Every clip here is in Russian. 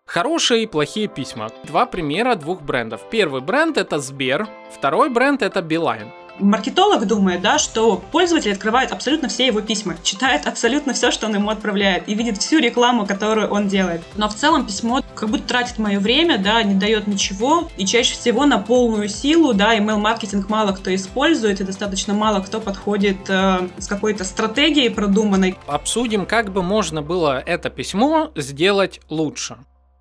Хорошие и плохие письма. Два примера двух брендов. Первый бренд – это Сбер, второй бренд – это Билайн. Маркетолог думает, что пользователь открывает абсолютно все его письма, читает абсолютно все, что он ему отправляет, и видит всю рекламу, которую он делает. Но в целом письмо как будто тратит мое время, не дает ничего, и чаще всего на полную силу, email-маркетинг мало кто использует, и достаточно мало кто подходит с какой-то стратегией продуманной. Обсудим, как бы можно было это письмо сделать лучше.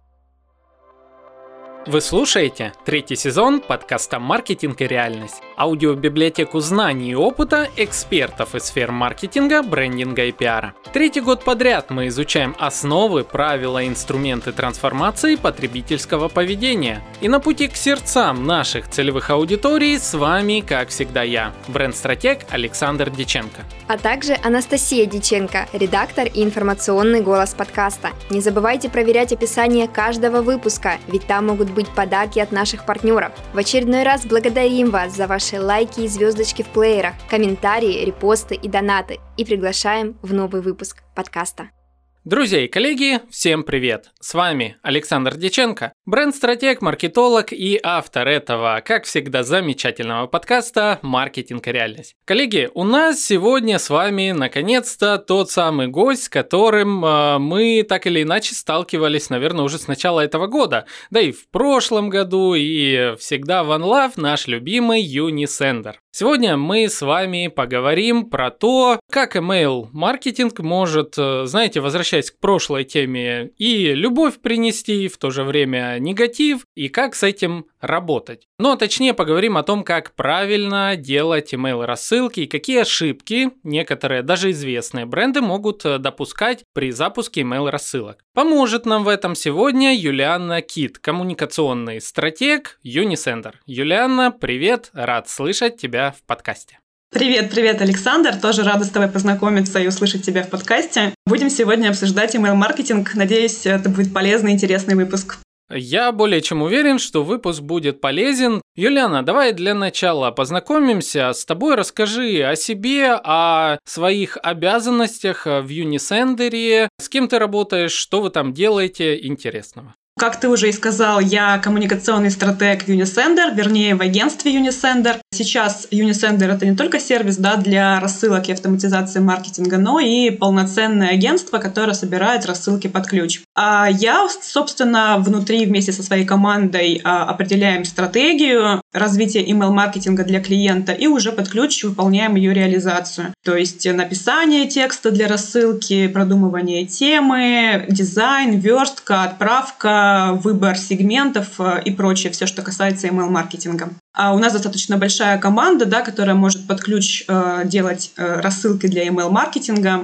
Вы слушаете третий сезон подкаста «Маркетинг и реальность» – аудиобиблиотеку знаний и опыта экспертов из сфер маркетинга, брендинга и пиара. Третий год подряд мы изучаем основы, правила и инструменты трансформации потребительского поведения. И на пути к сердцам наших целевых аудиторий с вами, как всегда, я, бренд-стратег Александр Диченко. А также Анастасия Диченко, редактор и информационный голос подкаста. Не забывайте проверять описание каждого выпуска, ведь там могут быть подарки от наших партнеров. В очередной раз благодарим вас за ваши лайки и звездочки в плеерах, комментарии, репосты и донаты. И приглашаем в новый выпуск подкаста. Друзья и коллеги, всем привет! С вами Александр Диченко, бренд-стратег, маркетолог и автор этого, как всегда, замечательного подкаста «Маркетинг и реальность». Коллеги, у нас сегодня с вами, наконец-то, тот самый гость, с которым мы так или иначе сталкивались, наверное, уже с начала этого года. Да и в прошлом году, и всегда в OneLove наш любимый Unisender. Сегодня мы с вами поговорим про то, как email-маркетинг может, возвращаясь к прошлой теме, и любовь принести, и в то же время негатив, и как с этим работать. Ну, а точнее поговорим о том, как правильно делать email-рассылки и какие ошибки некоторые, даже известные бренды могут допускать при запуске email-рассылок. Поможет нам в этом сегодня Юлианна Кит, коммуникационный стратег Unisender. Юлианна, привет, рад слышать тебя в подкасте. Привет, Александр. Тоже рада с тобой познакомиться и услышать тебя в подкасте. Будем сегодня обсуждать email-маркетинг. Надеюсь, это будет полезный и интересный выпуск. Я более чем уверен, что выпуск будет полезен. Юлианна, давай для начала познакомимся с тобой. Расскажи о себе, о своих обязанностях в Unisender, с кем ты работаешь, что вы там делаете интересного. Как ты уже и сказал, я коммуникационный стратег Unisender, вернее, в агентстве Unisender. Сейчас Unisender — это не только сервис для рассылок и автоматизации маркетинга, но и полноценное агентство, которое собирает рассылки под ключ. А я, собственно, внутри вместе со своей командой определяем стратегию развития email-маркетинга для клиента и уже под ключ выполняем ее реализацию. То есть написание текста для рассылки, продумывание темы, дизайн, верстка, отправка, выбор сегментов и прочее, все, что касается email-маркетинга. А у нас достаточно большая команда, которая может под ключ делать рассылки для email-маркетинга.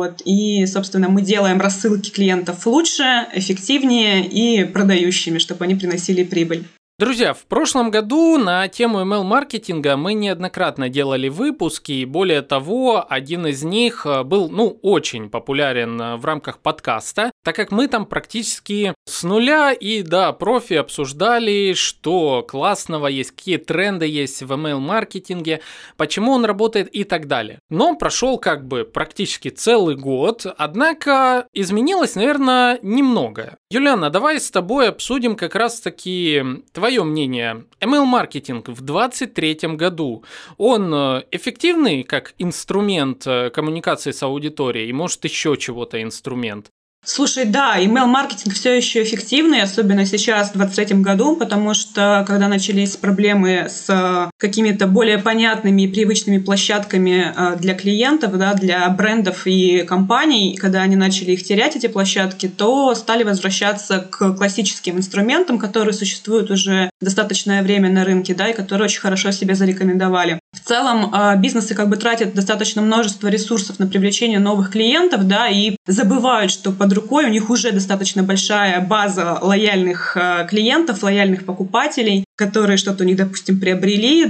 И, собственно, мы делаем рассылки клиентов лучше, эффективнее и продающими, чтобы они приносили прибыль. Друзья, в прошлом году на тему email-маркетинга мы неоднократно делали выпуски, и более того, один из них был, очень популярен в рамках подкаста, так как мы там практически с нуля и профи обсуждали, что классного есть, какие тренды есть в email-маркетинге, почему он работает и так далее. Но прошел практически целый год, однако изменилось, наверное, немного. Юлианна, давай с тобой обсудим как раз-таки твое мнение. Email-маркетинг в 2023 году, он эффективный как инструмент коммуникации с аудиторией, может еще чего-то инструмент? Слушай, email-маркетинг все еще эффективный, особенно сейчас, в 2023 году, потому что когда начались проблемы с какими-то более понятными и привычными площадками для клиентов, для брендов и компаний, когда они начали их терять, эти площадки, то стали возвращаться к классическим инструментам, которые существуют уже достаточное время на рынке, и которые очень хорошо себя зарекомендовали. В целом бизнесы тратят достаточно множество ресурсов на привлечение новых клиентов, и забывают, что под рукой у них уже достаточно большая база лояльных клиентов, лояльных покупателей, которые что-то у них, допустим, приобрели,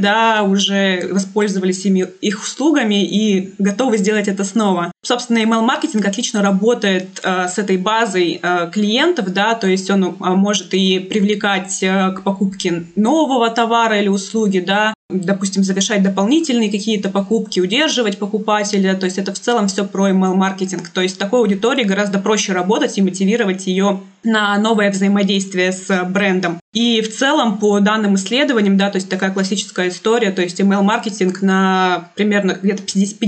уже воспользовались их услугами и готовы сделать это снова. Собственно, email-маркетинг отлично работает с этой базой клиентов, то есть он может и привлекать к покупке нового товара или услуги, допустим, завершать дополнительные какие-то покупки, удерживать покупателя. То есть это в целом все про email-маркетинг. То есть с такой аудиторией гораздо проще работать и мотивировать ее на новое взаимодействие с брендом. И в целом, по данным исследованиям, да, то есть такая классическая история, то есть email-маркетинг на примерно где-то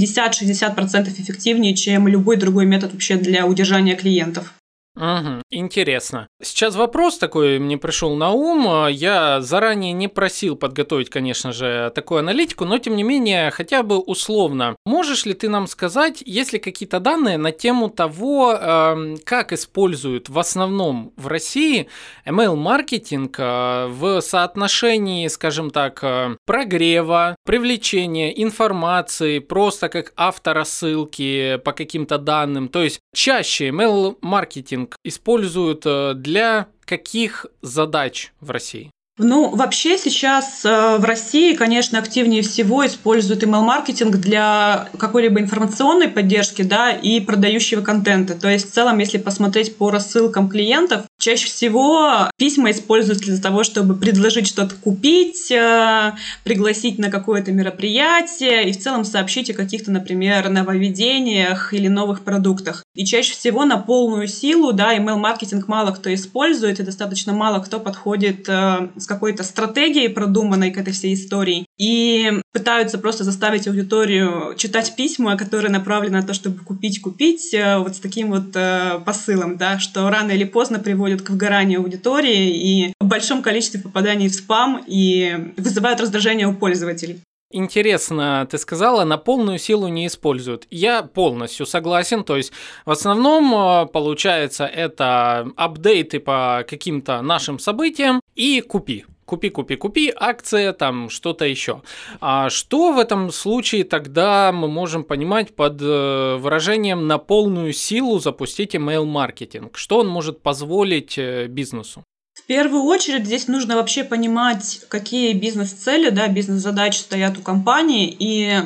50-60% эффективнее, чем любой другой метод вообще для удержания клиентов. Угу, интересно. Сейчас вопрос такой мне пришел на ум. Я заранее не просил подготовить, конечно же, такую аналитику, но тем не менее, хотя бы условно. Можешь ли ты нам сказать, есть ли какие-то данные на тему того, как используют в основном в России email-маркетинг в соотношении, скажем так, прогрева, привлечения информации, просто как авторассылки по каким-то данным? То есть чаще email-маркетинг используют для каких задач в России? Ну, вообще сейчас в России, конечно, активнее всего используют email-маркетинг для какой-либо информационной поддержки, да, и продающего контента. То есть в целом, если посмотреть по рассылкам клиентов, чаще всего письма используются для того, чтобы предложить что-то купить, пригласить на какое-то мероприятие и в целом сообщить о каких-то, например, нововведениях или новых продуктах. И чаще всего на полную силу, да, email-маркетинг мало кто использует, и достаточно мало кто подходит с какой-то стратегией продуманной к этой всей истории и пытаются просто заставить аудиторию читать письма, которые направлены на то, чтобы купить, вот с таким вот посылом, да, что рано или поздно приводит к выгоранию аудитории и большом количестве попаданий в спам и вызывают раздражение у пользователей. Интересно, ты сказала, на полную силу не используют. Я полностью согласен, то есть в основном, получается, это апдейты по каким-то нашим событиям и купи. Купи, акция, там что-то еще. А что в этом случае тогда мы можем понимать под выражением «на полную силу запустить email-маркетинг»? Что он может позволить бизнесу? В первую очередь здесь нужно вообще понимать, какие бизнес-цели, да, бизнес-задачи стоят у компании, и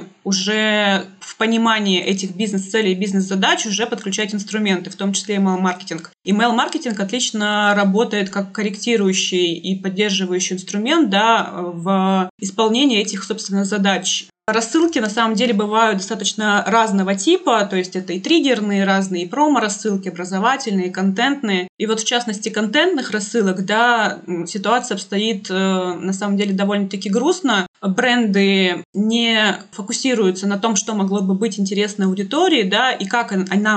уже в понимании этих бизнес-целей и бизнес-задач уже подключать инструменты, в том числе email-маркетинг. Email-маркетинг отлично работает как корректирующий и поддерживающий инструмент, да, в исполнении этих, собственно, задач. Рассылки на самом деле бывают достаточно разного типа, то есть это и триггерные разные, и промо-рассылки, образовательные, контентные. И вот в частности контентных рассылок, да, ситуация обстоит на самом деле довольно-таки грустно. Бренды не фокусируются на том, что могло бы быть интересно аудитории, да, и как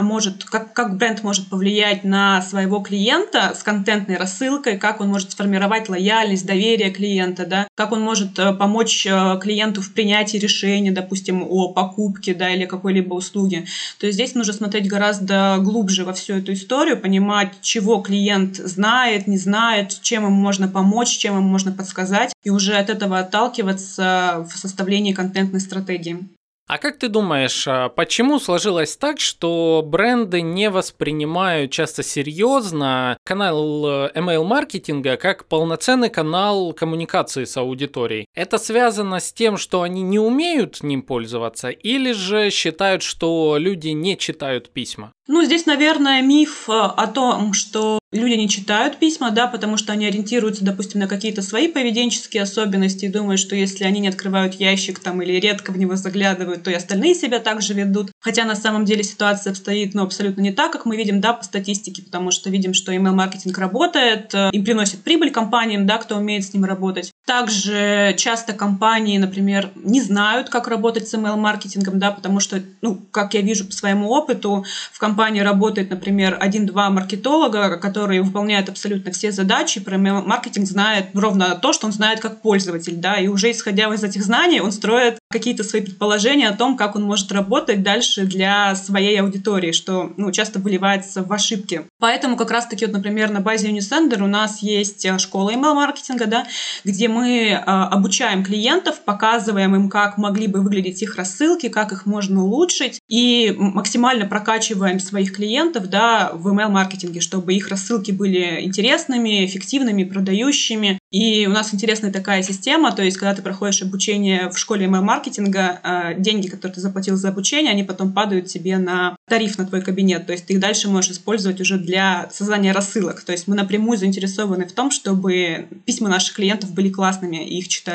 бренд может повлиять на своего клиента с контентной рассылкой, как он может сформировать лояльность, доверие клиента, да, как он может помочь клиенту в принятии решения, допустим, о покупке, да, или какой-либо услуги. То есть здесь нужно смотреть гораздо глубже во всю эту историю, понимать, чего клиент знает, не знает, чем ему можно помочь, чем ему можно подсказать, и уже от этого отталкиваться в составлении контентной стратегии. А как ты думаешь, почему сложилось так, что бренды не воспринимают часто серьезно канал email-маркетинга как полноценный канал коммуникации с аудиторией? Это связано с тем, что они не умеют ним пользоваться, или же считают, что люди не читают письма? Ну, здесь, наверное, миф о том, что люди не читают письма, да, потому что они ориентируются, допустим, на какие-то свои поведенческие особенности и думают, что если они не открывают ящик там или редко в него заглядывают, то и остальные себя так же ведут. Хотя на самом деле ситуация обстоит, абсолютно не так, как мы видим, да, по статистике, потому что видим, что email-маркетинг работает, им приносит прибыль компаниям, да, кто умеет с ним работать. Также часто компании, например, не знают, как работать с email-маркетингом, да, потому что, как я вижу по своему опыту, в компании работает, например, 1-2 маркетолога, которые выполняют абсолютно все задачи. Про маркетинг знает ровно то, что он знает как пользователь, да, и уже исходя из этих знаний он строит какие-то свои предположения о том, как он может работать дальше для своей аудитории, что часто выливается в ошибки. Поэтому как раз-таки, например, на базе Unisender у нас есть школа email-маркетинга, да, где мы обучаем клиентов, показываем им, как могли бы выглядеть их рассылки, как их можно улучшить, и максимально прокачиваем своих клиентов, да, в email-маркетинге, чтобы их рассылки были интересными, эффективными, продающими. И у нас интересная такая система, то есть когда ты проходишь обучение в школе email-маркетинга, деньги, которые ты заплатил за обучение, они потом падают тебе на тариф на твой кабинет, то есть ты их дальше можешь использовать уже для создания рассылок. То есть мы напрямую заинтересованы в том, чтобы письма наших клиентов были классными и их читали.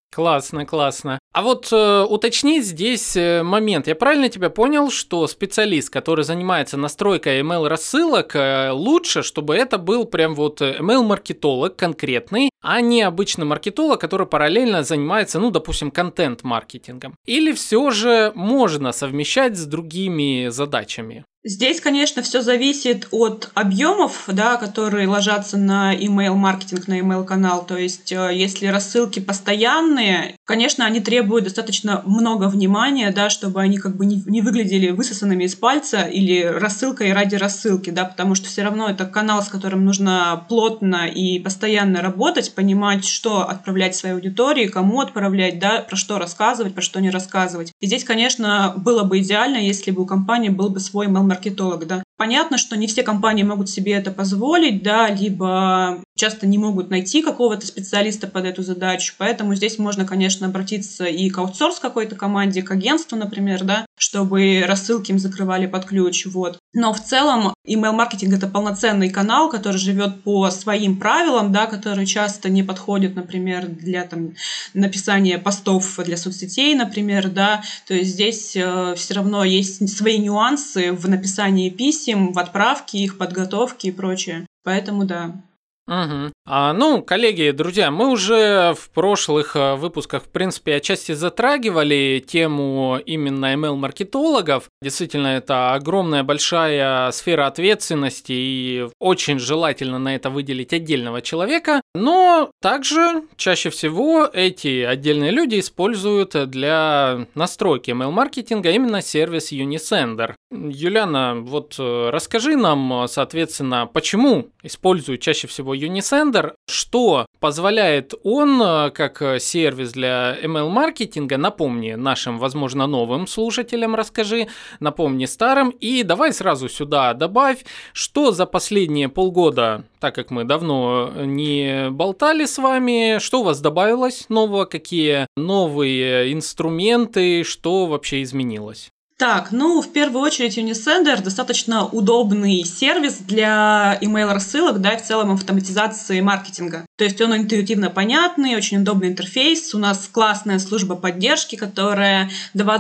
Классно, классно. А вот уточни здесь момент. Я правильно тебя понял, что специалист, который занимается настройкой email-рассылок, лучше, чтобы это был прям вот email-маркетолог конкретный, а не обычный маркетолог, который параллельно занимается, ну, допустим, контент-маркетингом? Или все же можно совмещать с другими задачами? Здесь, конечно, все зависит от объемов, да, которые ложатся на email-маркетинг, на email-канал. То есть, если рассылки постоянные, конечно, они требуют достаточно много внимания, да, чтобы они как бы не выглядели высосанными из пальца или рассылкой ради рассылки, да, потому что все равно это канал, с которым нужно плотно и постоянно работать, понимать, что отправлять своей аудитории, кому отправлять, да, про что рассказывать, про что не рассказывать. И здесь, конечно, было бы идеально, если бы у компании был бы свой email-маркетолог, да. Понятно, что не все компании могут себе это позволить, да, либо часто не могут найти какого-то специалиста под эту задачу, поэтому здесь можно, конечно, обратиться и к аутсорс какой-то команде, к агентству, например, да, чтобы рассылки им закрывали под ключ, вот. Но в целом email-маркетинг — это полноценный канал, который живет по своим правилам, да, которые часто не подходят, например, для там, написания постов для соцсетей, например, да, то есть здесь все равно есть свои нюансы в написании писем, в отправке их, подготовке и прочее, поэтому да. Угу. Ну, коллеги, друзья, мы уже в прошлых выпусках, в принципе, отчасти затрагивали тему именно email-маркетологов. Действительно, это огромная, большая сфера ответственности, и очень желательно на это выделить отдельного человека. Но также чаще всего эти отдельные люди используют для настройки email-маркетинга именно сервис Unisender. Юлиана, вот расскажи нам, соответственно, почему используют чаще всего Unisender, что позволяет он как сервис для email-маркетинга, напомни нашим, возможно, новым слушателям расскажи, напомни старым, и давай сразу сюда добавь, что за последние полгода, так как мы давно не болтали с вами, что у вас добавилось нового, какие новые инструменты, что вообще изменилось? Так, ну, в первую очередь, Unisender достаточно удобный сервис для email-рассылок, да, и в целом автоматизации маркетинга. То есть он интуитивно понятный, очень удобный интерфейс. У нас классная служба поддержки, которая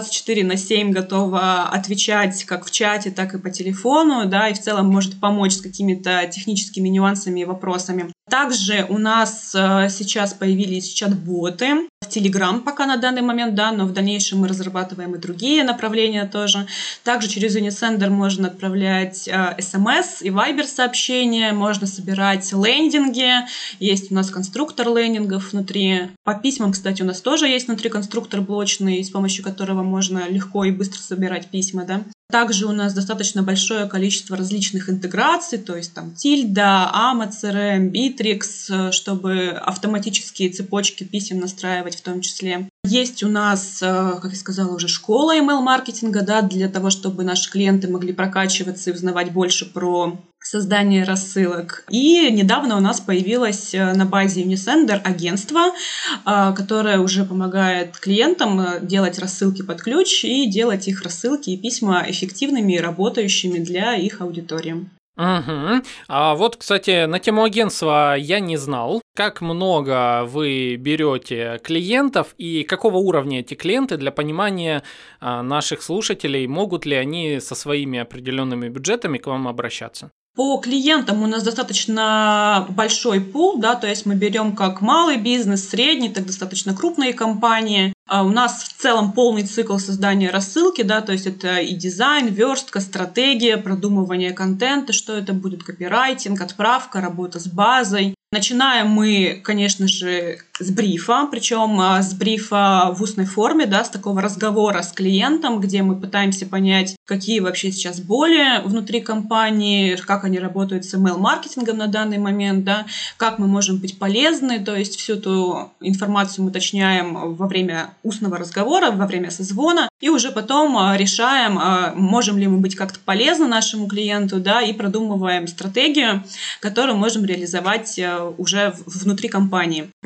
24/7 готова отвечать как в чате, так и по телефону, да, и в целом может помочь с какими-то техническими нюансами и вопросами. Также у нас сейчас появились чат-боты в Telegram пока на данный момент, да, но в дальнейшем мы разрабатываем и другие направления тоже. Также через Unisender можно отправлять SMS и Viber сообщения, можно собирать лендинги, есть у нас конструктор лендингов внутри. По письмам, кстати, у нас тоже есть внутри конструктор блочный, с помощью которого можно легко и быстро собирать письма, да. Также у нас достаточно большое количество различных интеграций, то есть там Tilda, AMA CRM, Bittrex, чтобы автоматические цепочки писем настраивать в том числе. Есть у нас, как я сказала, уже школа email-маркетинга, да, для того, чтобы наши клиенты могли прокачиваться и узнавать больше про создание рассылок. И недавно у нас появилось на базе Unisender агентство, которое уже помогает клиентам делать рассылки под ключ и делать их рассылки и письма эффективными и работающими для их аудитории. Угу. А вот, кстати, на тему агентства я не знал. Как много вы берете клиентов и какого уровня эти клиенты для понимания наших слушателей, могут ли они со своими определенными бюджетами к вам обращаться? По клиентам у нас достаточно большой пул, да, то есть мы берем как малый бизнес, средний, так достаточно крупные компании. У нас в целом полный цикл создания рассылки, да, то есть это и дизайн, верстка, стратегия, продумывание контента, что это будет, копирайтинг, отправка, работа с базой. Начинаем мы, конечно же, с брифа, причем с брифа в устной форме, да, с такого разговора с клиентом, где мы пытаемся понять, какие вообще сейчас боли внутри компании, как они работают с email-маркетингом на данный момент, да, как мы можем быть полезны, то есть всю эту информацию мы уточняем во время устного разговора, во время созвона, и уже потом решаем, можем ли мы быть как-то полезны нашему клиенту, да, и продумываем стратегию, которую можем реализовать уже внутри компании. Вот, и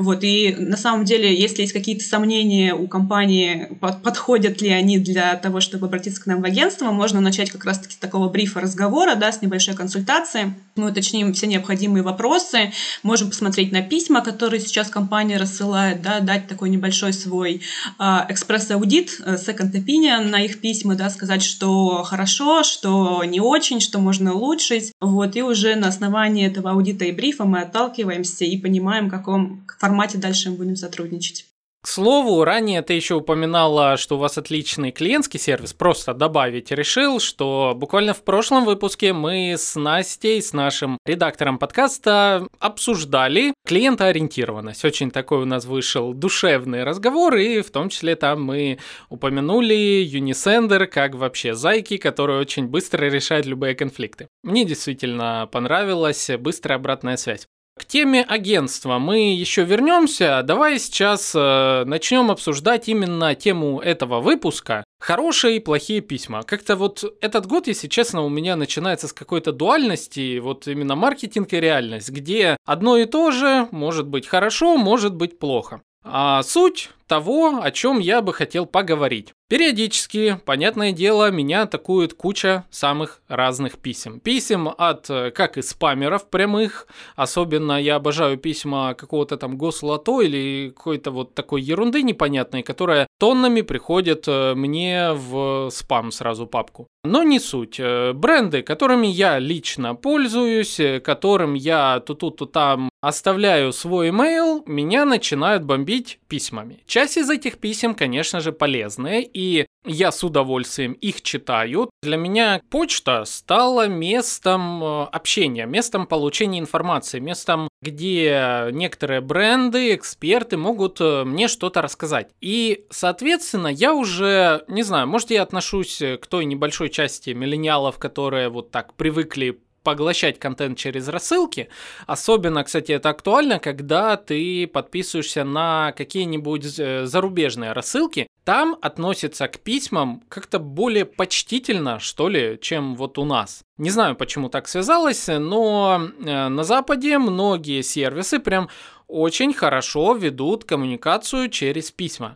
И на самом деле, если есть какие-то сомнения у компании, подходят ли они для того, чтобы обратиться к нам в агентство, можно начать как раз-таки с такого брифа разговора, да, с небольшой консультации. Мы уточним все необходимые вопросы, можем посмотреть на письма, которые сейчас компания рассылает, да, дать такой небольшой свой экспресс-аудит, second opinion на их письма, да, сказать, что хорошо, что не очень, что можно улучшить. Вот, и уже на основании этого аудита и брифа мы отталкиваемся и понимаем, в каком формате дальше мы будем сотрудничать. К слову, ранее ты еще упоминала, что у вас отличный клиентский сервис. Просто добавить решил, что буквально в прошлом выпуске мы с Настей, с нашим редактором подкаста, обсуждали клиентоориентированность. Очень такой у нас вышел душевный разговор, и в том числе там мы упомянули Unisender как вообще зайки, которые очень быстро решают любые конфликты. Мне действительно понравилась быстрая обратная связь. К теме агентства мы еще вернемся. Давай сейчас начнем обсуждать именно тему этого выпуска. Хорошие и плохие письма. Как-то вот этот год, если честно, у меня начинается с какой-то дуальности, вот именно маркетинг и реальность, где одно и то же может быть хорошо, может быть плохо. А суть того, о чем я бы хотел поговорить. Периодически, понятное дело, меня атакует куча самых разных писем. Писем от как и спамеров прямых, особенно я обожаю письма какого-то там гослото или какой-то вот такой ерунды непонятной, которая тоннами приходит мне в спам сразу папку. Но не суть. Бренды, которыми я лично пользуюсь, которым я то там оставляю свой email, меня начинают бомбить письмами. Часть из этих писем, конечно же, полезные, и я с удовольствием их читаю. Для меня почта стала местом общения, местом получения информации, местом, где некоторые бренды, эксперты могут мне что-то рассказать. И, соответственно, я уже, не знаю, может, я отношусь к той небольшой части миллениалов, которые вот так привыкли поглощать контент через рассылки. Особенно, кстати, это актуально, когда ты подписываешься на какие-нибудь зарубежные рассылки. Там относятся к письмам как-то более почтительно, что ли, чем вот у нас. Не знаю, почему так связалось, но на Западе многие сервисы прям очень хорошо ведут коммуникацию через письма.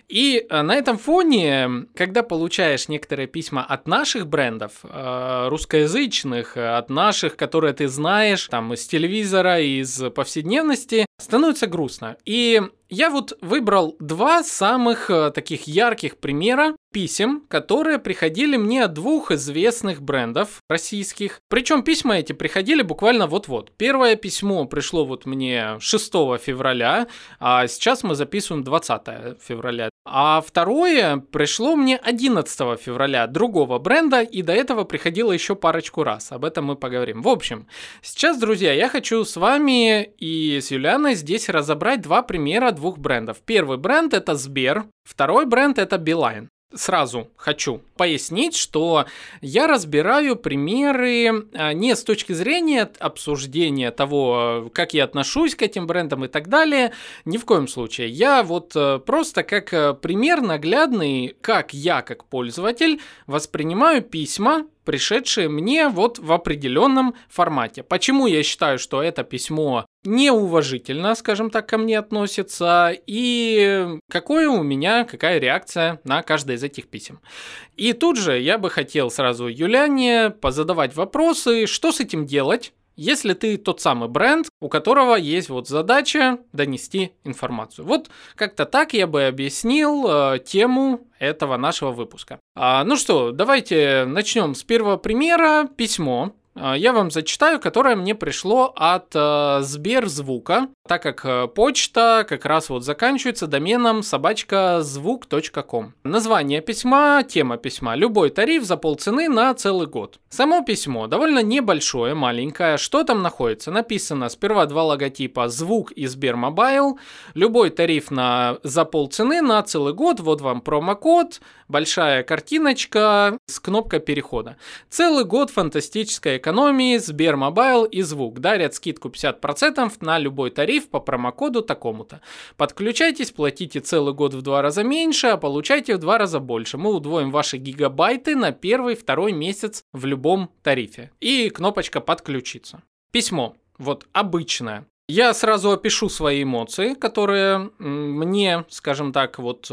И на этом фоне, когда получаешь некоторые письма от наших брендов, русскоязычных, от наших, которые ты знаешь, там, из телевизора, из повседневности, становится грустно. И я вот выбрал два самых таких ярких примера писем, которые приходили мне от двух известных брендов российских. Причем письма эти приходили буквально вот-вот. Первое письмо пришло вот мне 6 февраля, а сейчас мы записываем 20 февраля. А второе пришло мне 11 февраля другого бренда, и до этого приходило еще парочку раз. Об этом мы поговорим. В общем, сейчас, друзья, я хочу с вами и с Юлианой здесь разобрать два примера двух брендов. Первый бренд — это Сбер, второй бренд — это Билайн. Сразу хочу пояснить, что я разбираю примеры не с точки зрения обсуждения того, как я отношусь к этим брендам и так далее, ни в коем случае. Я вот просто как пример наглядный, как я, как пользователь, воспринимаю письма, пришедшие мне вот в определенном формате. Почему я считаю, что это письмо неуважительно, скажем так, ко мне относится, и какая реакция на каждое из этих писем. И тут же я бы хотел сразу Юлиане позадавать вопросы, что с этим делать, если ты тот самый бренд, у которого есть вот задача донести информацию. Вот как-то так я бы объяснил тему этого нашего выпуска. Ну что, давайте начнем с первого примера. Письмо. Я вам зачитаю, которое мне пришло от Сберзвука, так как почта как раз вот заканчивается доменом _звук.com. Название письма, тема письма: любой тариф за полцены на целый год. Само письмо довольно небольшое, маленькое. Что там находится? Написано сперва два логотипа: Звук и Сбермобайл. Любой тариф за полцены на целый год. Вот вам промокод. Большая картиночка с кнопкой перехода. Целый год фантастической экономии. Сбермобайл и Звук дарят скидку 50% на любой тариф по промокоду такому-то. Подключайтесь, платите целый год в 2 раза меньше, а получайте в 2 раза больше. Мы удвоим ваши гигабайты на 1-2 месяц в любом тарифе. И кнопочка «Подключиться». Письмо. Вот обычное. Я сразу опишу свои эмоции, которые мне, скажем так, вот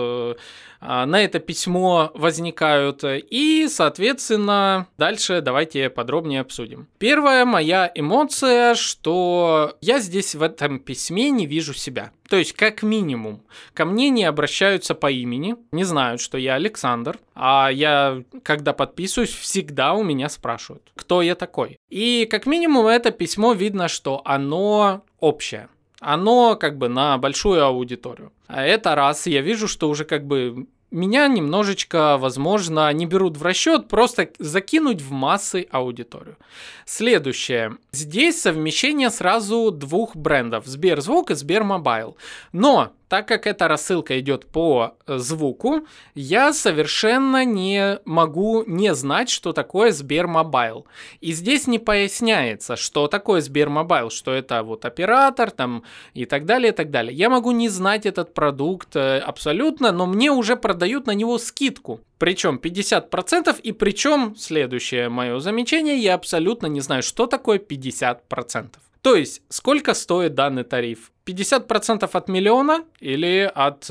на это письмо возникают. И, соответственно, дальше давайте подробнее обсудим. Первая моя эмоция, что я здесь в этом письме не вижу себя. То есть, как минимум, ко мне не обращаются по имени, не знают, что я Александр, а я, когда подписываюсь, всегда у меня спрашивают, кто я такой. И, как минимум, это письмо видно, что оно общее. Оно как бы на большую аудиторию. А это раз, я вижу, что уже как бы меня немножечко, возможно, не берут в расчет, просто закинуть в массы аудиторию. Следующее. Здесь совмещение сразу двух брендов, Сберзвук и Сбермобайл. Но так как эта рассылка идет по звуку, я совершенно не могу не знать, что такое Сбермобайл. И здесь не поясняется, что такое Сбермобайл, что это вот оператор там и так далее, и так далее. Я могу не знать этот продукт абсолютно, но мне уже продают на него скидку. Причем 50%, и причем, следующее мое замечание, я абсолютно не знаю, что такое 50%. То есть, сколько стоит данный тариф? 50% от миллиона или от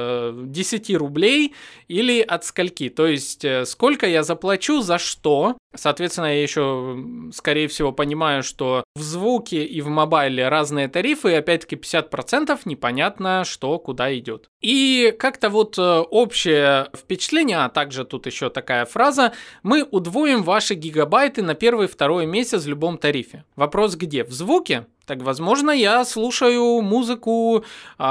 10 рублей или от скольки? То есть, сколько я заплачу за что? Соответственно, я еще, скорее всего, понимаю, что в звуке и в мобайле разные тарифы, и опять-таки 50% непонятно, что куда идет. И как-то вот общее впечатление, а также тут еще такая фраза: мы удвоим ваши гигабайты на первый-второй месяц в любом тарифе. Вопрос где? В звуке? Так, возможно, я слушаю музыку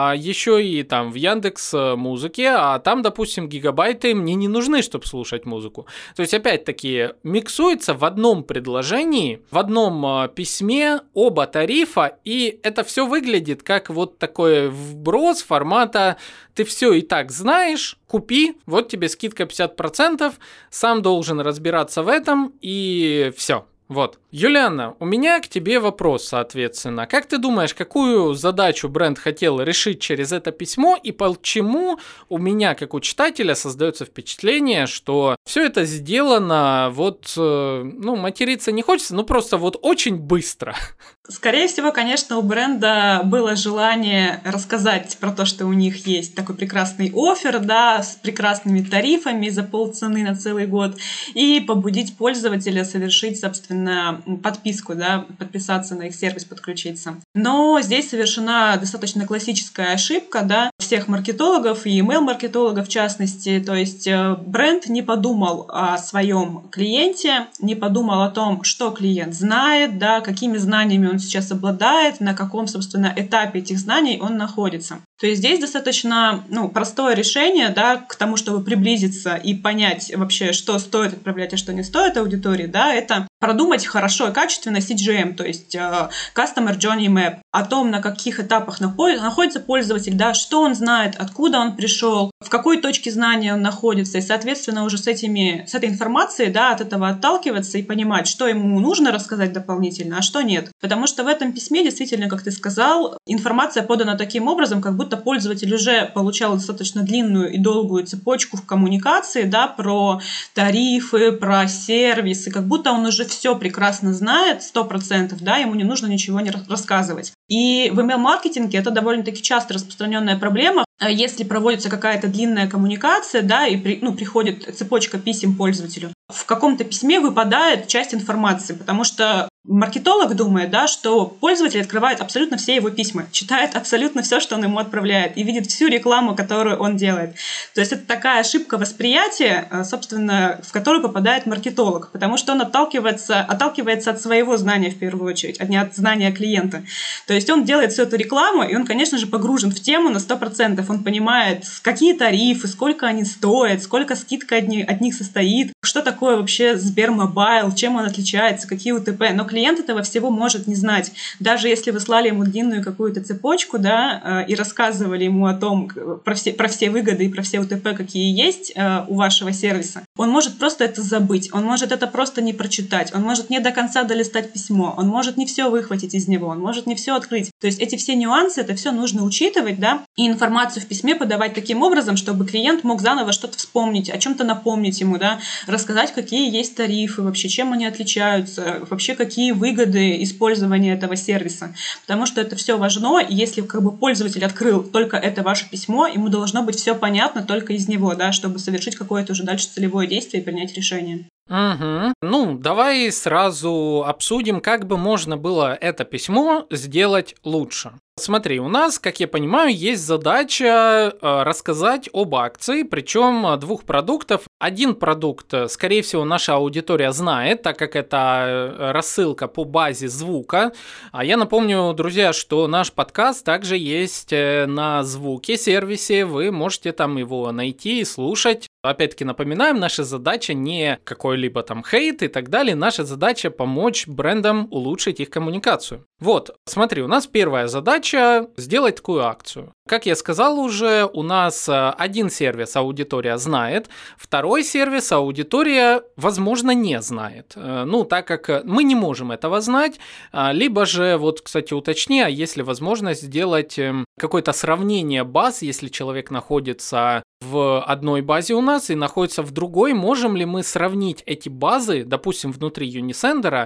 еще и там в Яндекс.Музыке, а там, допустим, гигабайты мне не нужны, чтобы слушать музыку. То есть, опять-таки, миксуется в одном предложении, в одном письме оба тарифа, и это все выглядит как вот такой вброс формата: ты все и так знаешь, купи, вот тебе скидка 50%, сам должен разбираться в этом, и все. Вот. Юлиана, у меня к тебе вопрос, соответственно. Как ты думаешь, какую задачу бренд хотел решить через это письмо, и почему у меня, как у читателя, создается впечатление, что все это сделано вот, материться не хочется, просто вот очень быстро? Скорее всего, конечно, у бренда было желание рассказать про то, что у них есть такой прекрасный оффер, да, с прекрасными тарифами за полцены на целый год, и побудить пользователя совершить, собственно, подписку, да, подписаться на их сервис, подключиться. Но здесь совершена достаточно классическая ошибка, да, всех маркетологов и email-маркетологов в частности. То есть бренд не подумал о своем клиенте, не подумал о том, что клиент знает, да, какими знаниями он сейчас обладает, на каком, собственно, этапе этих знаний он находится. То есть здесь достаточно простое решение, да, к тому, чтобы приблизиться и понять вообще, что стоит отправлять, а что не стоит аудитории, да, это продумать хорошо и качественно CGM, то есть Customer Journey Map, о том, на каких этапах находится пользователь, да, что он знает, откуда он пришел, в какой точке знания он находится, и, соответственно, уже с этой информацией, да, от этого отталкиваться и понимать, что ему нужно рассказать дополнительно, а что нет. Потому что в этом письме действительно, как ты сказал, информация подана таким образом, как будто пользователь уже получал достаточно длинную и долгую цепочку в коммуникации, да, про тарифы, про сервисы, как будто он уже все прекрасно знает, 100%, да, ему не нужно ничего не рассказывать. И в email-маркетинге это довольно-таки часто распространенная проблема. Если проводится какая-то длинная коммуникация, да, и приходит цепочка писем пользователю, в каком-то письме выпадает часть информации, потому что маркетолог думает, да, что пользователь открывает абсолютно все его письма, читает абсолютно все, что он ему отправляет, и видит всю рекламу, которую он делает. То есть это такая ошибка восприятия, собственно, в которую попадает маркетолог, потому что он отталкивается от своего знания в первую очередь, а не от знания клиента. То есть он делает всю эту рекламу, и он, конечно же, погружен в тему на 100%. Он понимает, какие тарифы, сколько они стоят, сколько скидка от них состоит, что такое вообще Сбермобайл, чем он отличается, какие УТП. Но клиент этого всего может не знать. Даже если вы слали ему длинную какую-то цепочку, да, и рассказывали ему о том, про все выгоды и про все УТП, какие есть у вашего сервиса, он может просто это забыть, он может это просто не прочитать, он может не до конца долистать письмо, он может не все выхватить из него, он может не все открыть. То есть эти все нюансы, это все нужно учитывать, да, и информацию в письме подавать таким образом, чтобы клиент мог заново что-то вспомнить, о чем-то напомнить ему, да, рассказать, какие есть тарифы, вообще чем они отличаются, вообще какие выгоды использования этого сервиса. Потому что это все важно, и если пользователь открыл только это ваше письмо, ему должно быть все понятно только из него, да, чтобы совершить какое-то уже дальше целевое действие и принять решение. Угу. Ну, давай сразу обсудим, как бы можно было это письмо сделать лучше. Смотри, у нас, как я понимаю, есть задача рассказать об акции, причем двух продуктов. Один продукт, скорее всего, наша аудитория знает, так как это рассылка по базе звука. А я напомню, друзья, что наш подкаст также есть на Звуке сервисе, вы можете там его найти и слушать. Опять-таки напоминаем, наша задача не какой-либо там хейт и так далее, наша задача помочь брендам улучшить их коммуникацию. Вот, смотри, у нас первая задача сделать такую акцию. Как я сказал уже, у нас один сервис аудитория знает, второй сервис аудитория, возможно, не знает. Ну, так как мы не можем этого знать, либо же, вот, кстати, уточни, а есть ли возможность сделать какое-то сравнение баз, если человек находится в одной базе у нас и находится в другой, можем ли мы сравнить эти базы, допустим, внутри Unisender,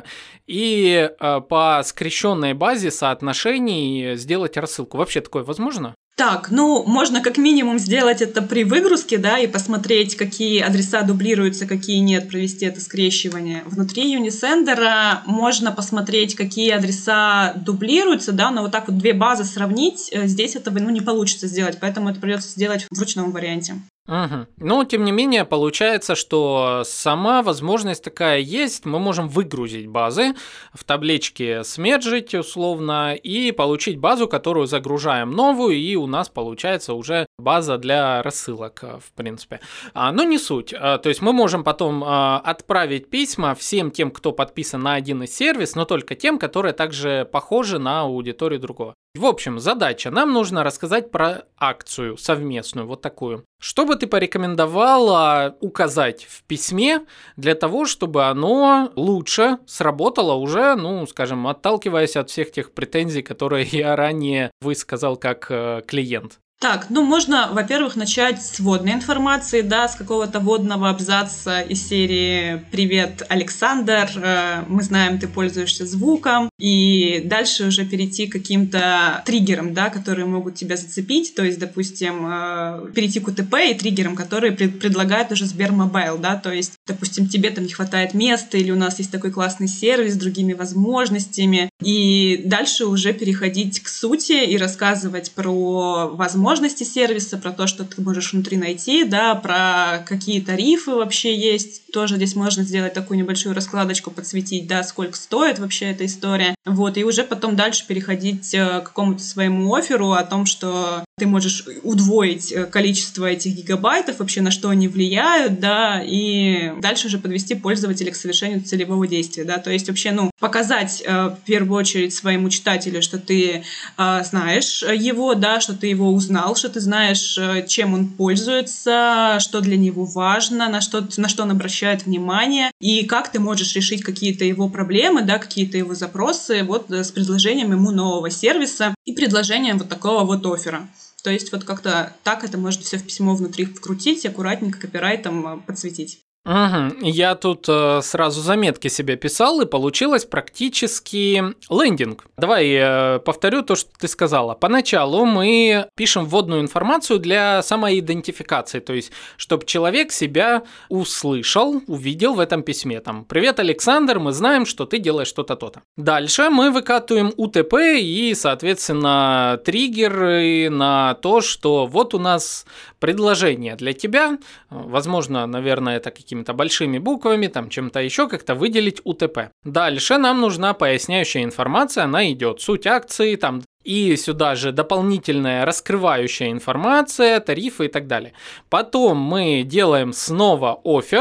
и по скрещенной базе соотношений сделать рассылку? Вообще такое возможно? Так, можно как минимум сделать это при выгрузке, да, и посмотреть, какие адреса дублируются, какие нет, провести это скрещивание. Внутри Unisender можно посмотреть, какие адреса дублируются, да, но вот так вот две базы сравнить, здесь этого не получится сделать, поэтому это придется сделать в ручном варианте. Угу. Но, тем не менее, получается, что сама возможность такая есть. Мы можем выгрузить базы, в табличке смержить условно и получить базу, которую загружаем новую, и у нас получается уже база для рассылок, в принципе. Но не суть. То есть мы можем потом отправить письма всем тем, кто подписан на один из сервисов, но только тем, которые также похожи на аудиторию другого. В общем, задача. Нам нужно рассказать про акцию совместную, вот такую. Что бы ты порекомендовала указать в письме для того, чтобы оно лучше сработало уже, скажем, отталкиваясь от всех тех претензий, которые я ранее высказал как клиент? Так, можно, во-первых, начать с вводной информации, да, с какого-то вводного абзаца из серии «Привет, Александр, мы знаем, ты пользуешься звуком», и дальше уже перейти к каким-то триггерам, да, которые могут тебя зацепить, то есть, допустим, перейти к УТП и триггерам, которые предлагает уже Сбермобайл, да, то есть, допустим, тебе там не хватает места, или у нас есть такой классный сервис с другими возможностями, и дальше уже переходить к сути и рассказывать про возможности сервиса, про то, что ты можешь внутри найти, да, про какие тарифы вообще есть. Тоже здесь можно сделать такую небольшую раскладочку, подсветить, да, сколько стоит вообще эта история. Вот, и уже потом дальше переходить к какому-то своему офферу о том, что ты можешь удвоить количество этих гигабайтов, вообще на что они влияют, да, и дальше уже подвести пользователя к совершению целевого действия, да, то есть вообще, показать в первую очередь своему читателю, что ты знаешь его, да, что ты его узнал, что ты знаешь, чем он пользуется, что для него важно, на что он обращает внимание, и как ты можешь решить какие-то его проблемы, да, какие-то его запросы вот с предложением ему нового сервиса и предложением вот такого вот оффера. То есть вот как-то так это можно все в письмо внутри вкрутить, аккуратненько копирайтом подсветить. Угу. Я тут сразу заметки себе писал, и получилось практически лендинг. Давай повторю то, что ты сказала. Поначалу мы пишем вводную информацию для самоидентификации, то есть, чтобы человек себя услышал, увидел в этом письме. Там, «Привет, Александр, мы знаем, что ты делаешь что-то, то-то». Дальше мы выкатываем УТП и, соответственно, триггеры на то, что вот у нас предложение для тебя, возможно, наверное, это какими-то большими буквами, там чем-то еще как-то выделить УТП. Дальше нам нужна поясняющая информация, она идет, суть акции, там, и сюда же дополнительная раскрывающая информация, тарифы и так далее. Потом мы делаем снова оффер,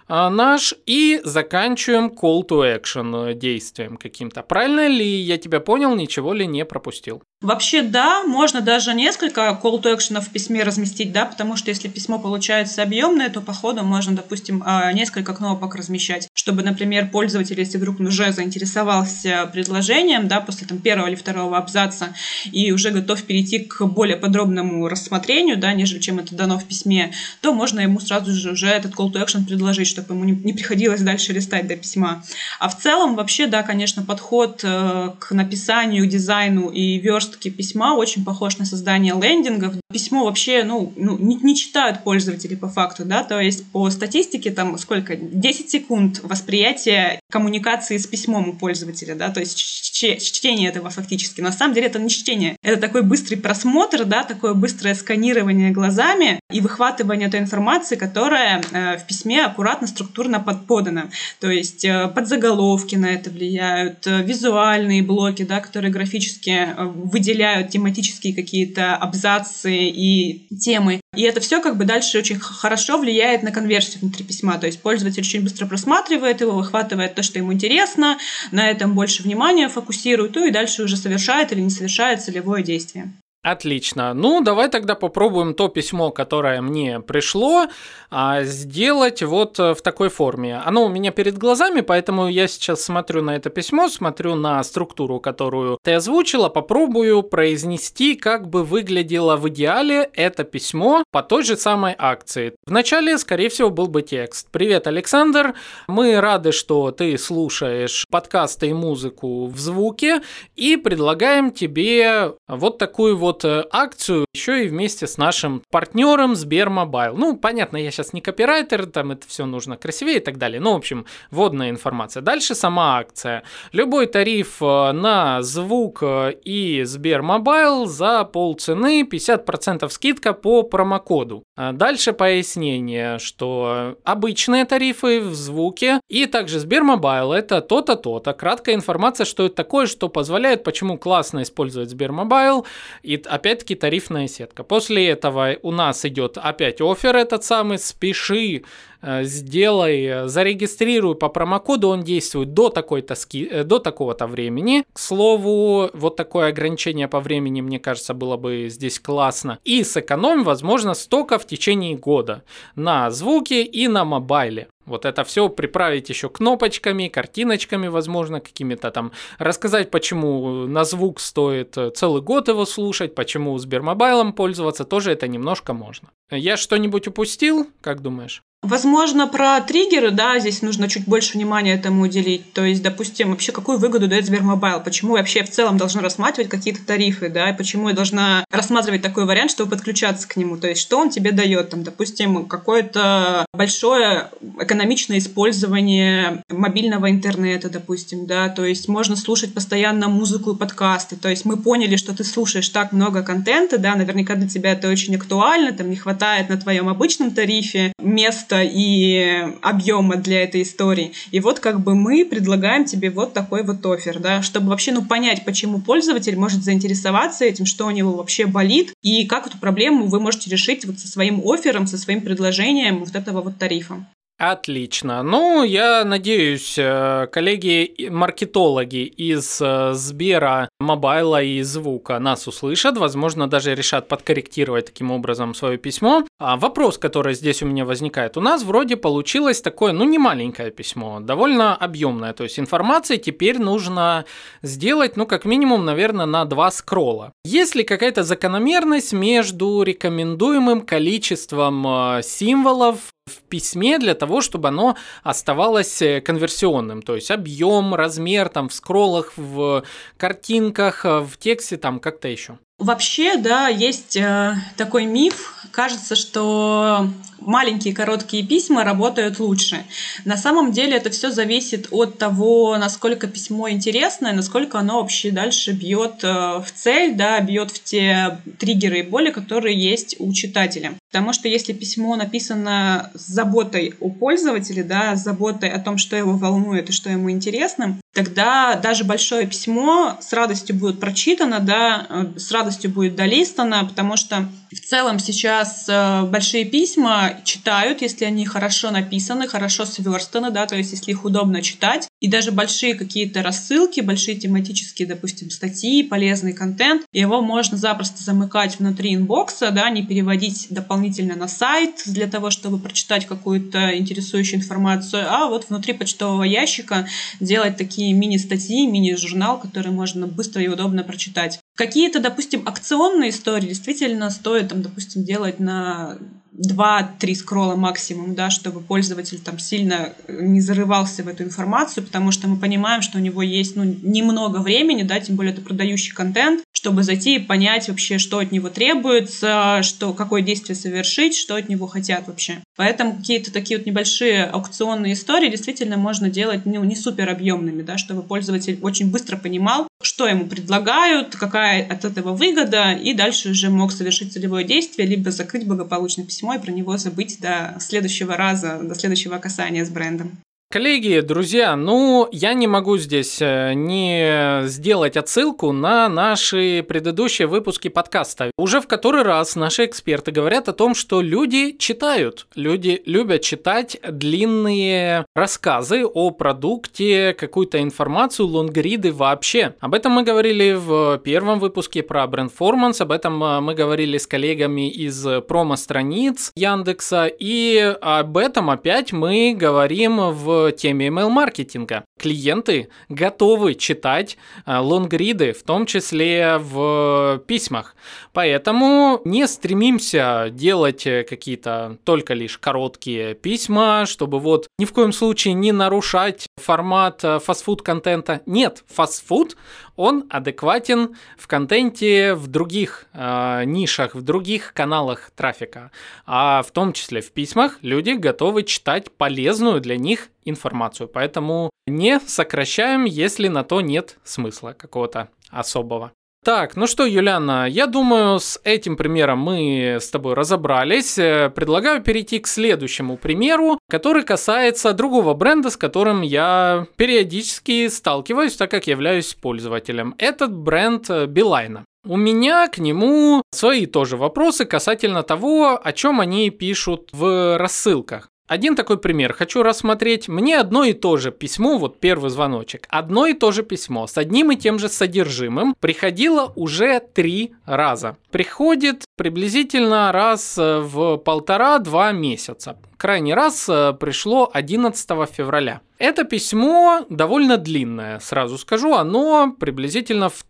наш и заканчиваем call to action действием каким-то. Правильно ли я тебя понял, ничего ли не пропустил? Вообще, да, можно даже несколько call to action в письме разместить, да, потому что если письмо получается объемное, то по ходу можно, допустим, несколько кнопок размещать, чтобы, например, пользователь, если вдруг уже заинтересовался предложением, да, после там первого или второго абзаца и уже готов перейти к более подробному рассмотрению, да, нежели чем это дано в письме, то можно ему сразу же уже этот call to action предложить, чтобы ему не приходилось дальше листать до письма. А в целом, вообще, да, конечно, подход к написанию, дизайну и верстке письма очень похож на создание лендингов. Письмо вообще, не читают пользователи по факту, да, то есть по статистике там сколько? 10 секунд восприятия коммуникации с письмом у пользователя, да, то есть чтение этого фактически. На самом деле это не чтение, это такой быстрый просмотр, да, такое быстрое сканирование глазами и выхватывание той информации, которая в письме аккуратно, структурно подана. То есть подзаголовки на это влияют, визуальные блоки, да, которые графически выделяют тематические какие-то абзацы и темы. И это все как бы дальше очень хорошо влияет на конверсию внутри письма. То есть пользователь очень быстро просматривает его, выхватывает то, что ему интересно, на этом больше внимания фокусирует, и дальше уже совершает или не совершает целевое действие. Отлично. Ну, давай тогда попробуем то письмо, которое мне пришло, сделать вот в такой форме. Оно у меня перед глазами, поэтому я сейчас смотрю на это письмо, смотрю на структуру, которую ты озвучила, попробую произнести, как бы выглядело в идеале это письмо по той же самой акции. Вначале, скорее всего, был бы текст. Привет, Александр. Мы рады, что ты слушаешь подкасты и музыку в звуке и предлагаем тебе вот такую вот акцию еще и вместе с нашим партнером Сбермобайл. Ну, понятно, я сейчас не копирайтер, там это все нужно красивее и так далее. Ну, в общем, вводная информация. Дальше сама акция. Любой тариф на звук и Сбермобайл за полцены, 50% скидка по промокоду. Дальше пояснение, что обычные тарифы в звуке и также Сбермобайл это то-то, то-то. Краткая информация, что это такое, что позволяет, почему классно использовать Сбермобайл. И опять-таки тарифная сетка. После этого у нас идет опять оффер этот самый, спеши, сделай, зарегистрируй по промокоду, он действует до такого-то времени. К слову, вот такое ограничение по времени, мне кажется, было бы здесь классно. И сэкономим, возможно, столько в течение года на звуке и на мобайле. Вот это все приправить еще кнопочками, картиночками, возможно, какими-то там. Рассказать, почему на звук стоит целый год его слушать, почему Сбермобайлом пользоваться, тоже это немножко можно. Я что-нибудь упустил, как думаешь? Возможно, про триггеры, да, здесь нужно чуть больше внимания этому уделить. То есть, допустим, вообще какую выгоду дает Сбермобайл? Почему я вообще в целом должна рассматривать какие-то тарифы, да, и почему я должна рассматривать такой вариант, чтобы подключаться к нему? То есть, что он тебе дает? Там, допустим, какое-то большое экономичное использование мобильного интернета, допустим, да, то есть можно слушать постоянно музыку и подкасты. То есть мы поняли, что ты слушаешь так много контента, да, наверняка для тебя это очень актуально, там не хватает на твоем обычном тарифе места и объема для этой истории. И вот как бы мы предлагаем тебе вот такой вот оффер, да, чтобы вообще понять, почему пользователь может заинтересоваться этим, что у него вообще болит, и как эту проблему вы можете решить вот со своим оффером, со своим предложением вот этого вот тарифа. Отлично. Ну, я надеюсь, коллеги-маркетологи из Сбера, Мобайла и Звука нас услышат, возможно, даже решат подкорректировать таким образом свое письмо. А вопрос, который здесь у меня возникает, у нас вроде получилось такое, не маленькое письмо, довольно объемное, то есть информации теперь нужно сделать, как минимум, наверное, на 2 скролла. Есть ли какая-то закономерность между рекомендуемым количеством символов в письме для того, чтобы оно оставалось конверсионным, то есть объем, размер там в скроллах, в картинках, в тексте, там как-то еще? Вообще, да, есть такой миф. Кажется, что маленькие короткие письма работают лучше. На самом деле это все зависит от того, насколько письмо интересное, насколько оно вообще дальше бьет в цель, да, бьет в те триггеры и боли, которые есть у читателя. Потому что если письмо написано с заботой о пользователе, да, с заботой о том, что его волнует и что ему интересно, тогда даже большое письмо с радостью будет прочитано, да, с радостью радостью будет долистана, потому что в целом сейчас большие письма читают, если они хорошо написаны, хорошо сверстаны, да, то есть если их удобно читать. И даже большие какие-то рассылки, большие тематические, допустим, статьи, полезный контент, его можно запросто замыкать внутри инбокса, да, не переводить дополнительно на сайт для того, чтобы прочитать какую-то интересующую информацию, а вот внутри почтового ящика делать такие мини-статьи, мини-журнал, который можно быстро и удобно прочитать. Какие-то, допустим, акционные истории действительно стоит, там, допустим, делать на 2-3 скролла максимум, да, чтобы пользователь там сильно не зарывался в эту информацию, потому что мы понимаем, что у него есть немного времени, да, тем более это продающий контент, чтобы зайти и понять вообще, что от него требуется, какое действие совершить, что от него хотят вообще. Поэтому какие-то такие вот небольшие аукционные истории действительно можно делать не супер объемными, да, чтобы пользователь очень быстро понимал, что ему предлагают, какая от этого выгода, и дальше уже мог совершить целевое действие, либо закрыть благополучно письмо и про него забыть до следующего раза, до следующего касания с брендом. Коллеги, друзья, я не могу здесь не сделать отсылку на наши предыдущие выпуски подкаста. Уже в который раз наши эксперты говорят о том, что люди читают. Люди любят читать длинные рассказы о продукте, какую-то информацию, лонгриды вообще. Об этом мы говорили в первом выпуске про Brandformance, об этом мы говорили с коллегами из промо-страниц Яндекса, и об этом опять мы говорим в теме email-маркетинга. Клиенты готовы читать лонгриды, в том числе в письмах. Поэтому не стремимся делать какие-то только лишь короткие письма, чтобы вот ни в коем случае не нарушать формат фастфуд-контента. Нет, фастфуд, он адекватен в контенте в других нишах, в других каналах трафика. А в том числе в письмах люди готовы читать полезную для них информацию. Поэтому не сокращаем, если на то нет смысла какого-то особого. Так, ну что, Юлиана, я думаю, с этим примером мы с тобой разобрались. Предлагаю перейти к следующему примеру, который касается другого бренда, с которым я периодически сталкиваюсь, так как являюсь пользователем. Этот бренд Билайна. У меня к нему свои тоже вопросы касательно того, о чем они пишут в рассылках. Один такой пример хочу рассмотреть. Мне одно и то же письмо, вот первый звоночек, одно и то же письмо с одним и тем же содержимым приходило уже 3 раза. Приходит приблизительно раз в 1,5-2 месяца. Крайний раз пришло 11 февраля. Это письмо довольно длинное, сразу скажу, оно приблизительно в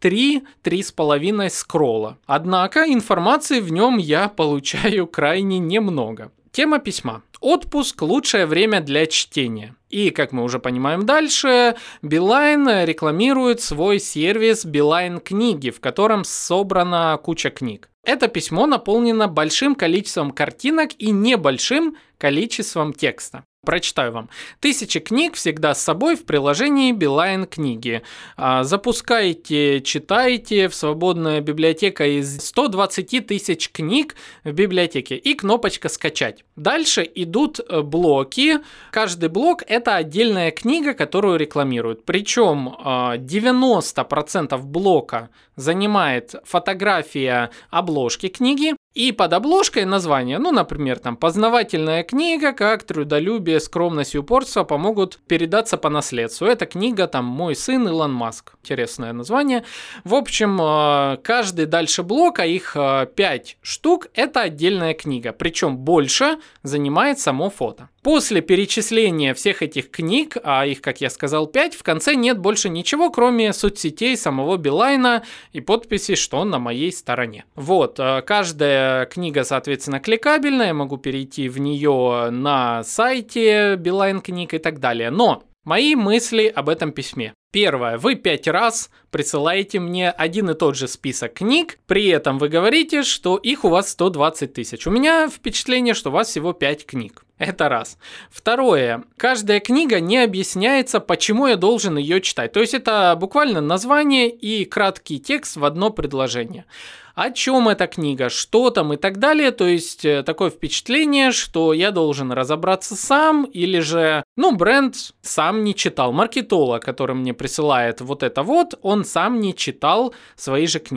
3-3,5 скролла. Однако информации в нем я получаю крайне немного. Тема письма. Отпуск – лучшее время для чтения. И, как мы уже понимаем дальше, Билайн рекламирует свой сервис Билайн книги, в котором собрана куча книг. Это письмо наполнено большим количеством картинок и небольшим количеством текста. Прочитаю вам. 1000 книг всегда с собой в приложении Билайн книги. Запускайте, читайте в свободная библиотека из 120 тысяч книг в библиотеке и кнопочка «Скачать». Дальше идут блоки. Каждый блок – это отдельная книга, которую рекламируют. Причем 90% блока занимает фотография обложки книги. И под обложкой название, например, там «Познавательная книга, как трудолюбие, скромность и упорство помогут передаться по наследству». Это книга там «Мой сын Илон Маск». Интересное название. В общем, каждый дальше блок, а их 5 штук, это отдельная книга. Причем больше занимает само фото. После перечисления всех этих книг, а их, как я сказал, 5, в конце нет больше ничего, кроме соцсетей самого Билайна и подписи, что он на моей стороне. Вот, каждая книга, соответственно, кликабельная, я могу перейти в нее на сайте Билайн книг и так далее. Но мои мысли об этом письме. Первое. Вы 5 раз присылаете мне один и тот же список книг, при этом вы говорите, что их у вас 120 тысяч. У меня впечатление, что у вас всего 5 книг. Это раз. Второе. Каждая книга не объясняется, почему я должен ее читать. То есть это буквально название и краткий текст в одно предложение. О чем эта книга, что там и так далее. То есть такое впечатление, что я должен разобраться сам, или же, бренд сам не читал. Маркетолог, который мне присылает вот это вот, он сам не читал свои же книги.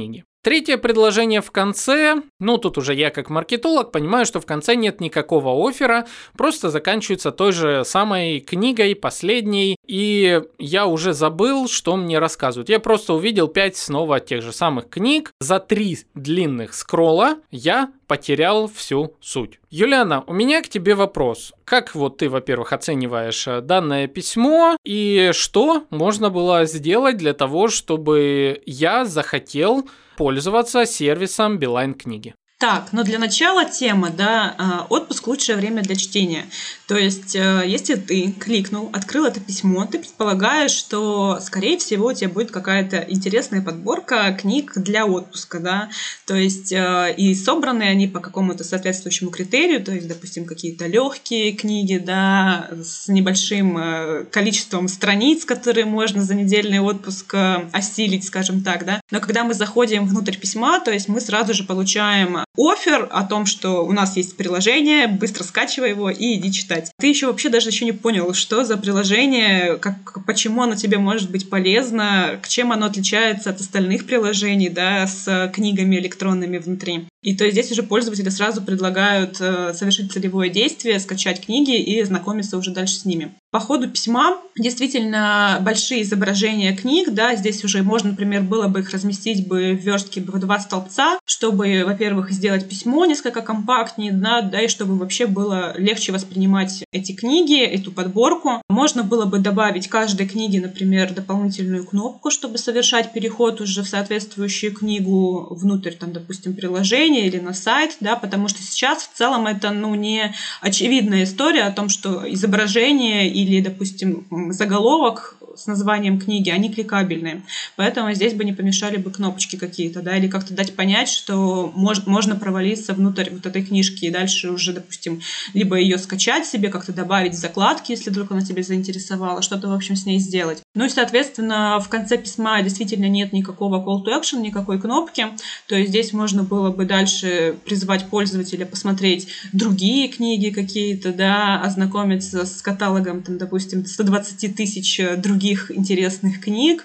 Третье предложение в конце, тут уже я как маркетолог понимаю, что в конце нет никакого оффера, просто заканчивается той же самой книгой, последней, и я уже забыл, что мне рассказывают. Я просто увидел 5 снова тех же самых книг, за 3 длинных скролла я потерял всю суть. Юлиана, у меня к тебе вопрос. Как ты, во-первых, оцениваешь данное письмо, и что можно было сделать для того, чтобы я захотел пользоваться сервисом Билайн книги? Так, но для начала тема, отпуск – лучшее время для чтения. То есть, если ты кликнул, открыл это письмо, ты предполагаешь, что, скорее всего, у тебя будет какая-то интересная подборка книг для отпуска, да. То есть, и собраны они по какому-то соответствующему критерию, то есть, допустим, какие-то легкие книги, да, с небольшим количеством страниц, которые можно за недельный отпуск осилить, скажем так, да. Но когда мы заходим внутрь письма, то есть мы сразу же получаем оффер о том, что у нас есть приложение, быстро скачивай его и иди читать. Ты вообще даже не понял, что за приложение, почему оно тебе может быть полезно, чем оно отличается от остальных приложений, да, с книгами электронными внутри. И то есть здесь уже пользователи сразу предлагают совершить целевое действие, скачать книги и знакомиться уже дальше с ними. По ходу письма действительно большие изображения книг, да, здесь уже можно, например, было бы их разместить в верстке в 2 столбца, чтобы, во-первых, сделать письмо несколько компактнее, да, и чтобы вообще было легче воспринимать эти книги, эту подборку. Можно было бы добавить к каждой книге, например, дополнительную кнопку, чтобы совершать переход уже в соответствующую книгу внутрь, допустим, приложения или на сайт, да, потому что сейчас в целом это, не очевидная история о том, что изображение или, допустим, заголовок с названием книги, они кликабельные. Поэтому здесь бы не помешали бы кнопочки какие-то, да, или как-то дать понять, что можно провалиться внутрь этой книжки и дальше уже, допустим, либо ее скачать себе, как-то добавить в закладки, если вдруг она тебя заинтересовала, что-то, в общем, с ней сделать. И, соответственно, в конце письма действительно нет никакого call to action, никакой кнопки, то есть здесь можно было бы дальше призвать пользователя посмотреть другие книги какие-то, да, ознакомиться с каталогом, допустим, 120 тысяч других интересных книг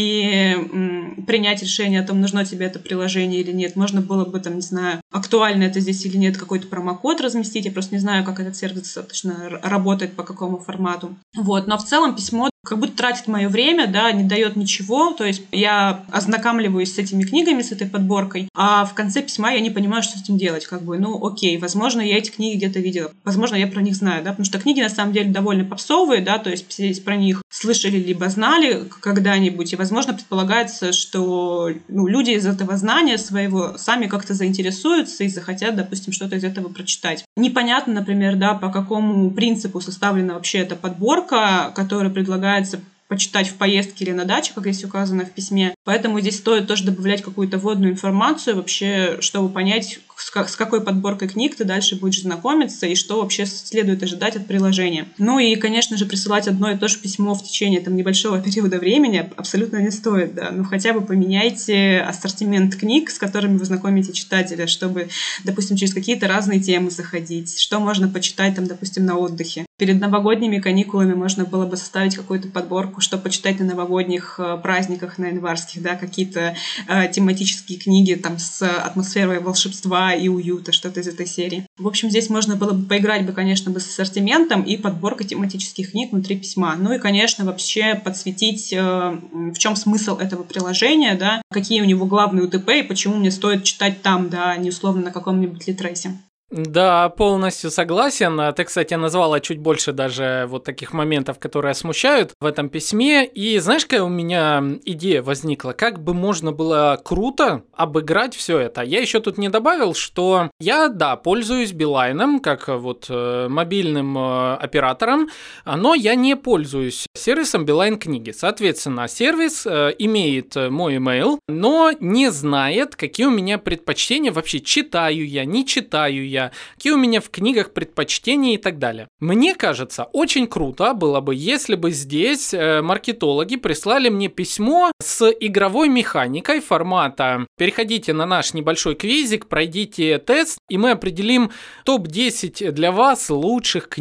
и принять решение о том, нужно тебе это приложение или нет. Можно было бы, не знаю, актуально это здесь или нет, какой-то промокод разместить. Я просто не знаю, как этот сервис достаточно работает, по какому формату. Но в целом письмо как будто тратит мое время, да, не дает ничего. То есть я ознакомливаюсь с этими книгами, с этой подборкой, а в конце письма я не понимаю, что с этим делать. Окей, возможно, я эти книги где-то видела, возможно, я про них знаю, да, потому что книги на самом деле довольно попсовые, да, то есть все про них слышали либо знали когда-нибудь, и, возможно, предполагается, что люди из этого знания своего сами как-то заинтересуются и захотят, допустим, что-то из этого прочитать. Непонятно, например, да, по какому принципу составлена вообще эта подборка, которая предлагается почитать в поездке или на даче, как здесь указано в письме. Поэтому здесь стоит тоже добавлять какую-то вводную информацию вообще, чтобы понять, с какой подборкой книг ты дальше будешь знакомиться и что вообще следует ожидать от приложения. И, конечно же, присылать одно и то же письмо в течение небольшого периода времени абсолютно не стоит, да. Хотя бы поменяйте ассортимент книг, с которыми вы знакомите читателя, чтобы, допустим, через какие-то разные темы заходить, что можно почитать, допустим, на отдыхе. Перед новогодними каникулами можно было бы составить какую-то подборку, что почитать на новогодних праздниках, на январских, да, какие-то тематические книги с атмосферой волшебства и уюта, что-то из этой серии. В общем, здесь можно было бы поиграть, конечно, с ассортиментом и подборкой тематических книг внутри письма. И, конечно, вообще подсветить, в чем смысл этого приложения, да, какие у него главные УТП и почему мне стоит читать там, да, не условно на каком-нибудь Литресе. Да, полностью согласен. Ты, кстати, назвала чуть больше даже таких моментов, которые смущают в этом письме. И знаешь, какая у меня идея возникла? Как бы можно было круто обыграть все это? Я еще тут не добавил, что я, пользуюсь Билайном как мобильным оператором, но я не пользуюсь сервисом Билайн книги. Соответственно, сервис имеет мой email, но не знает, какие у меня предпочтения вообще, читаю я, не читаю я, какие у меня в книгах предпочтения и так далее. Мне кажется, очень круто было бы, если бы здесь маркетологи прислали мне письмо с игровой механикой формата «Переходите на наш небольшой квизик, пройдите тест, и мы определим топ-10 для вас лучших книг».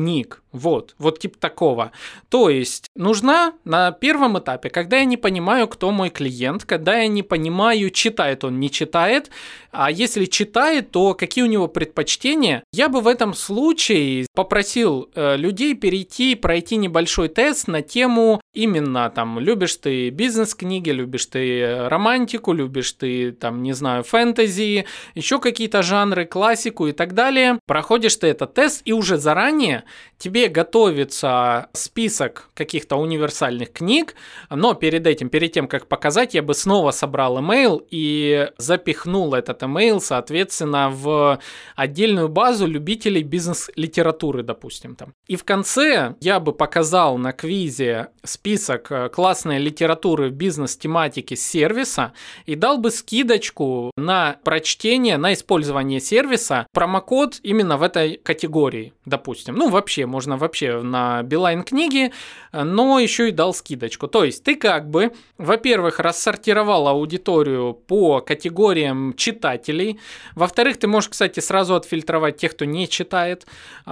Вот типа такого. То есть нужна на первом этапе, когда я не понимаю, кто мой клиент, когда я не понимаю, читает он, не читает, а если читает, то какие у него предпочтения, я бы в этом случае попросил людей пройти небольшой тест на тему именно там, любишь ты бизнес-книги, любишь ты романтику, любишь ты там, не знаю, фэнтези, еще какие-то жанры, классику и так далее. Проходишь ты этот тест, и уже заранее тебе готовится список каких-то универсальных книг, но перед тем, как показать, я бы снова собрал имейл и запихнул этот имейл, соответственно, в отдельную базу любителей бизнес-литературы, допустим. Там. И в конце я бы показал на квизе список классной литературы в бизнес-тематике с сервиса и дал бы скидочку на прочтение, на использование сервиса, промокод именно в этой категории, допустим. Ну, вообще, можно вообще на Билайн книги, но еще и дал скидочку. То есть ты как бы, во-первых, рассортировал аудиторию по категориям читателей. Во-вторых, ты можешь, кстати, сразу отфильтровать тех, кто не читает.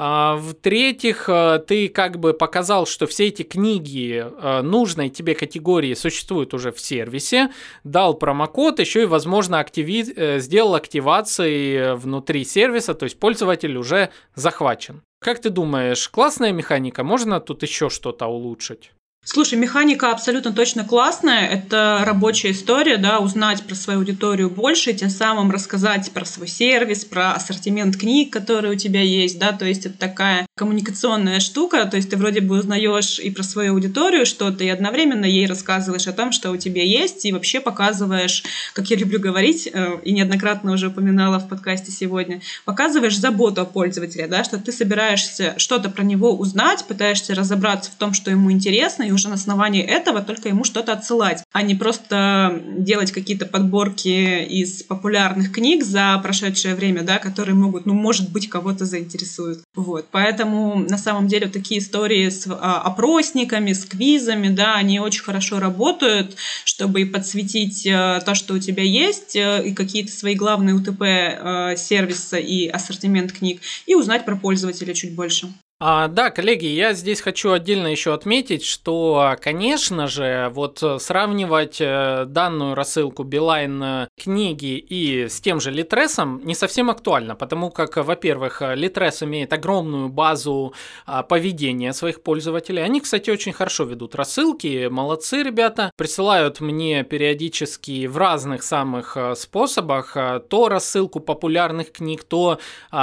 В-третьих, ты как бы показал, что все эти книги нужной тебе категории существуют уже в сервисе, дал промокод, еще и, возможно, сделал активации внутри сервиса, то есть пользователь уже захвачен. Как ты думаешь, классная механика? Можно тут еще что-то улучшить? Слушай, механика абсолютно точно классная. Это рабочая история, да, узнать про свою аудиторию больше, тем самым рассказать про свой сервис, про ассортимент книг, которые у тебя есть, да, то есть это такая коммуникационная штука, то есть ты вроде бы узнаешь и про свою аудиторию что-то, и одновременно ей рассказываешь о том, что у тебя есть, и вообще показываешь, как я люблю говорить, и неоднократно уже упоминала в подкасте сегодня, показываешь заботу о пользователе, да, что ты собираешься что-то про него узнать, пытаешься разобраться в том, что ему интересно, и уже на основании этого только ему что-то отсылать, а не просто делать какие-то подборки из популярных книг за прошедшее время, да, которые могут, может быть, кого-то заинтересуют. Вот. Поэтому на самом деле такие истории с опросниками, с квизами, да, они очень хорошо работают, чтобы и подсветить то, что у тебя есть, и какие-то свои главные УТП сервиса и ассортимент книг, и узнать про пользователя чуть больше. Да, коллеги, я здесь хочу отдельно еще отметить, что, конечно же, вот сравнивать данную рассылку Билайн книги и с тем же Литресом не совсем актуально, потому как, во-первых, Литрес имеет огромную базу поведения своих пользователей. Они, кстати, очень хорошо ведут рассылки, молодцы ребята, присылают мне периодически в разных самых способах то рассылку популярных книг, то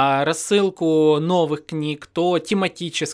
рассылку новых книг, то тематических,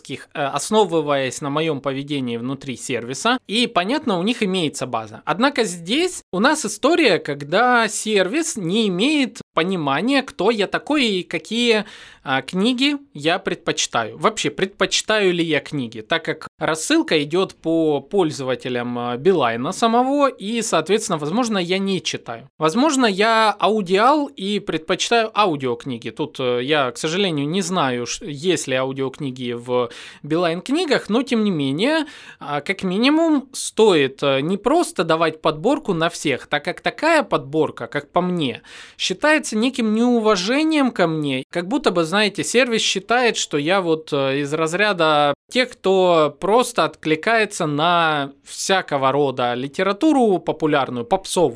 основываясь на моем поведении внутри сервиса. И, понятно, у них имеется база. Однако здесь у нас история, когда сервис не имеет понимания, кто я такой и какие книги я предпочитаю. Вообще, предпочитаю ли я книги, так как рассылка идет по пользователям Билайна самого, и, соответственно, возможно, я не читаю. Возможно, я аудиал и предпочитаю аудиокниги. Тут я, к сожалению, не знаю, есть ли аудиокниги в Билайн книгах, но, тем не менее, как минимум, стоит не просто давать подборку на всех, так как такая подборка, как по мне, считается неким неуважением ко мне, как будто бы, знаете, сервис считает, что я вот из разряда тех, кто просто откликается на всякого рода литературу популярную,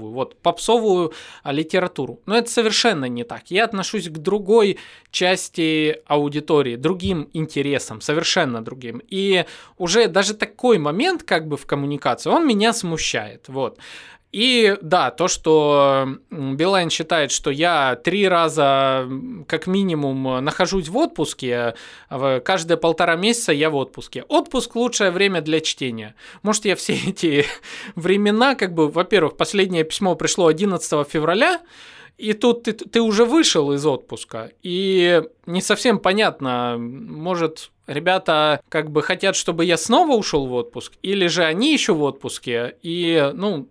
попсовую литературу. Но это совершенно не так. Я отношусь к другой части аудитории, другим интересам, совершенно другим. И уже даже такой момент как бы в коммуникации, он меня смущает. Вот. И да, то, что Билайн считает, что я 3 раза как минимум нахожусь в отпуске, каждые 1,5 месяца я в отпуске. Отпуск – лучшее время для чтения. Может, я все эти времена, как бы, во-первых, последнее письмо пришло 11 февраля, и тут ты уже вышел из отпуска, и не совсем понятно, может, ребята как бы хотят, чтобы я снова ушел в отпуск, или же они еще в отпуске, и,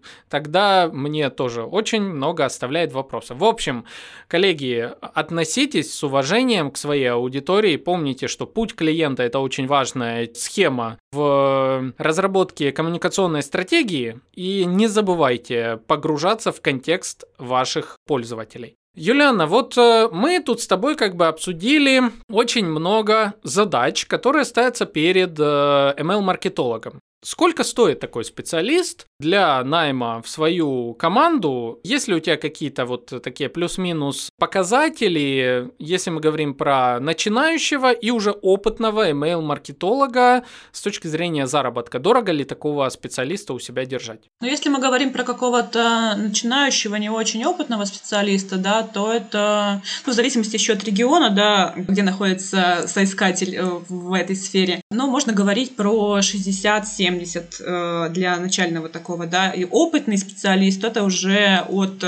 тогда мне тоже очень много оставляет вопросов. В общем, коллеги, относитесь с уважением к своей аудитории, помните, что путь клиента – это очень важная схема в разработке коммуникационной стратегии, и не забывайте погружаться в контекст ваших пользователей. Юлиана, вот мы тут с тобой как бы обсудили очень много задач, которые ставятся перед ML-маркетологом. Сколько стоит такой специалист для найма в свою команду? Есть ли у тебя какие-то вот такие плюс-минус показатели, если мы говорим про начинающего и уже опытного email-маркетолога с точки зрения заработка? Дорого ли такого специалиста у себя держать? Но если мы говорим про какого-то начинающего, не очень опытного специалиста, да, то это, в зависимости еще от региона, да, где находится соискатель в этой сфере, но можно говорить про 60-70 для начального такого, да, и опытный специалист это уже от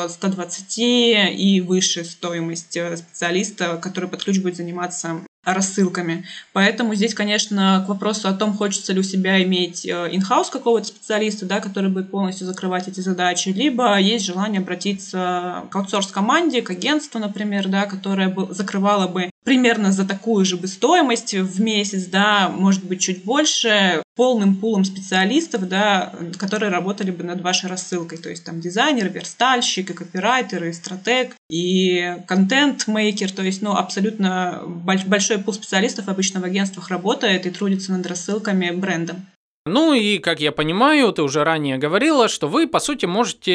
120 и выше стоимость специалиста, который под ключ будет заниматься рассылками. Поэтому здесь, конечно, к вопросу о том, хочется ли у себя иметь in-house какого-то специалиста, да, который будет полностью закрывать эти задачи, либо есть желание обратиться к аутсорс-команде, к агентству, например, да, которое бы закрывало бы примерно за такую же бы стоимость в месяц, да, может быть, чуть больше, полным пулом специалистов, да, которые работали бы над вашей рассылкой. То есть там дизайнер, верстальщик, и копирайтер, и стратег, и контент-мейкер. То есть, абсолютно большой пул специалистов обычно в агентствах работает и трудится над рассылками бренда. Ну и, как я понимаю, ты уже ранее говорила, что вы, по сути, можете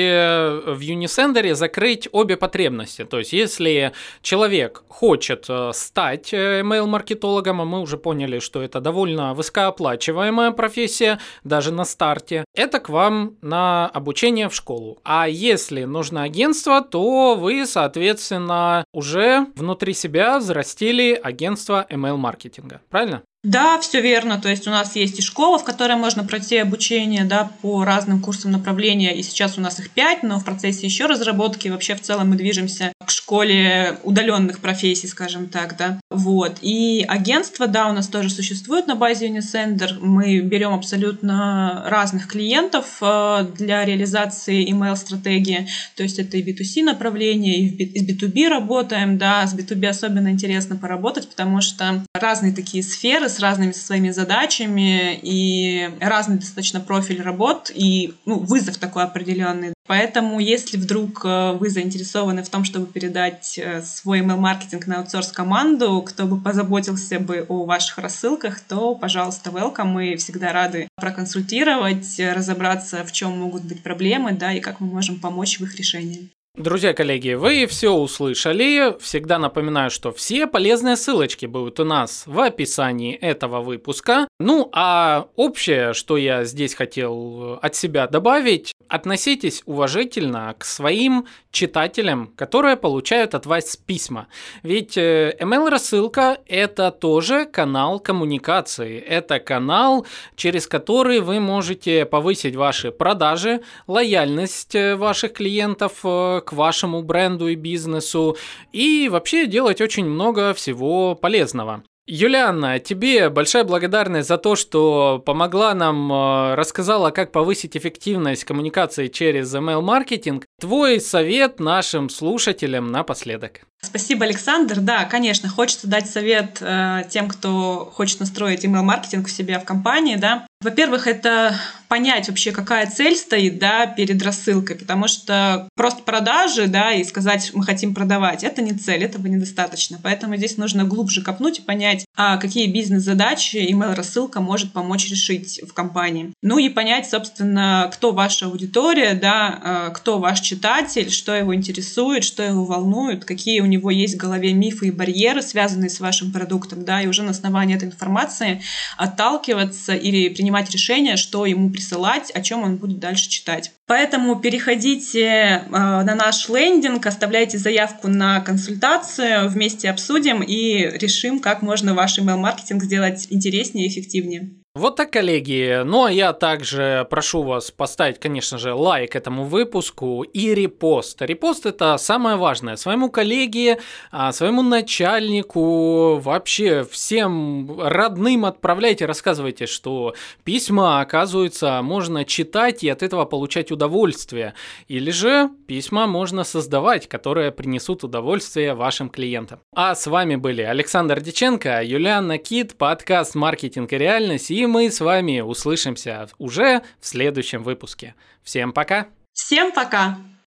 в Unisender закрыть обе потребности. То есть, если человек хочет стать email-маркетологом, а мы уже поняли, что это довольно высокооплачиваемая профессия, даже на старте, это к вам на обучение в школу. А если нужно агентство, то вы, соответственно, уже внутри себя взрастили агентство email-маркетинга. Правильно? Да, все верно. То есть у нас есть и школа, в которой можно пройти обучение, да, по разным курсам направления. И сейчас у нас их 5, но в процессе еще разработки. Вообще в целом мы движемся к школе удаленных профессий, скажем так, да. Вот. И агентство, да, у нас тоже существует на базе Unisender. Мы берем абсолютно разных клиентов для реализации email-стратегии. То есть это и B2C направление, и с B2B работаем, да. С B2B особенно интересно поработать, потому что разные такие сферы с разными своими задачами и разный достаточно профиль работ и вызов такой определенный. Поэтому, если вдруг вы заинтересованы в том, чтобы передать свой email-маркетинг на аутсорс-команду, кто бы позаботился бы о ваших рассылках, то, пожалуйста, welcome. Мы всегда рады проконсультировать, разобраться, в чем могут быть проблемы, да, и как мы можем помочь в их решении. Друзья, коллеги, вы все услышали. Всегда напоминаю, что все полезные ссылочки будут у нас в описании этого выпуска. Ну, а общее, что я здесь хотел от себя добавить, относитесь уважительно к своим читателям, которые получают от вас письма. Ведь email-рассылка – это тоже канал коммуникации. Это канал, через который вы можете повысить ваши продажи, лояльность ваших клиентов к вашему бренду и бизнесу и вообще делать очень много всего полезного. Юлиана, тебе большая благодарность за то, что помогла нам, рассказала, как повысить эффективность коммуникации через email-маркетинг. Твой совет нашим слушателям напоследок. Спасибо, Александр. Да, конечно, хочется дать совет тем, кто хочет настроить email-маркетинг у себя в компании, да. Во-первых, это понять вообще, какая цель стоит, да, перед рассылкой, потому что просто продажи, да, и сказать, мы хотим продавать, это не цель, этого недостаточно. Поэтому здесь нужно глубже копнуть и понять, какие бизнес-задачи email-рассылка может помочь решить в компании. Ну и понять, собственно, кто ваша аудитория, да, кто ваш читатель, что его интересует, что его волнует, какие у него есть в голове мифы и барьеры, связанные с вашим продуктом, да, и уже на основании этой информации отталкиваться или принимать решение, что ему присылать, о чем он будет дальше читать. Поэтому переходите на наш лендинг, оставляйте заявку на консультацию, вместе обсудим и решим, как можно ваш email-маркетинг сделать интереснее и эффективнее. Вот так, коллеги. Ну, а я также прошу вас поставить, конечно же, лайк этому выпуску и репост. Репост – это самое важное. Своему коллеге, своему начальнику, вообще всем родным отправляйте, рассказывайте, что письма, оказывается, можно читать и от этого получать удовольствие. Или же письма можно создавать, которые принесут удовольствие вашим клиентам. А с вами были Александр Дьяченко, Юлиана Кит, подкаст «Маркетинг и реальность». И мы с вами услышимся уже в следующем выпуске. Всем пока! Всем пока!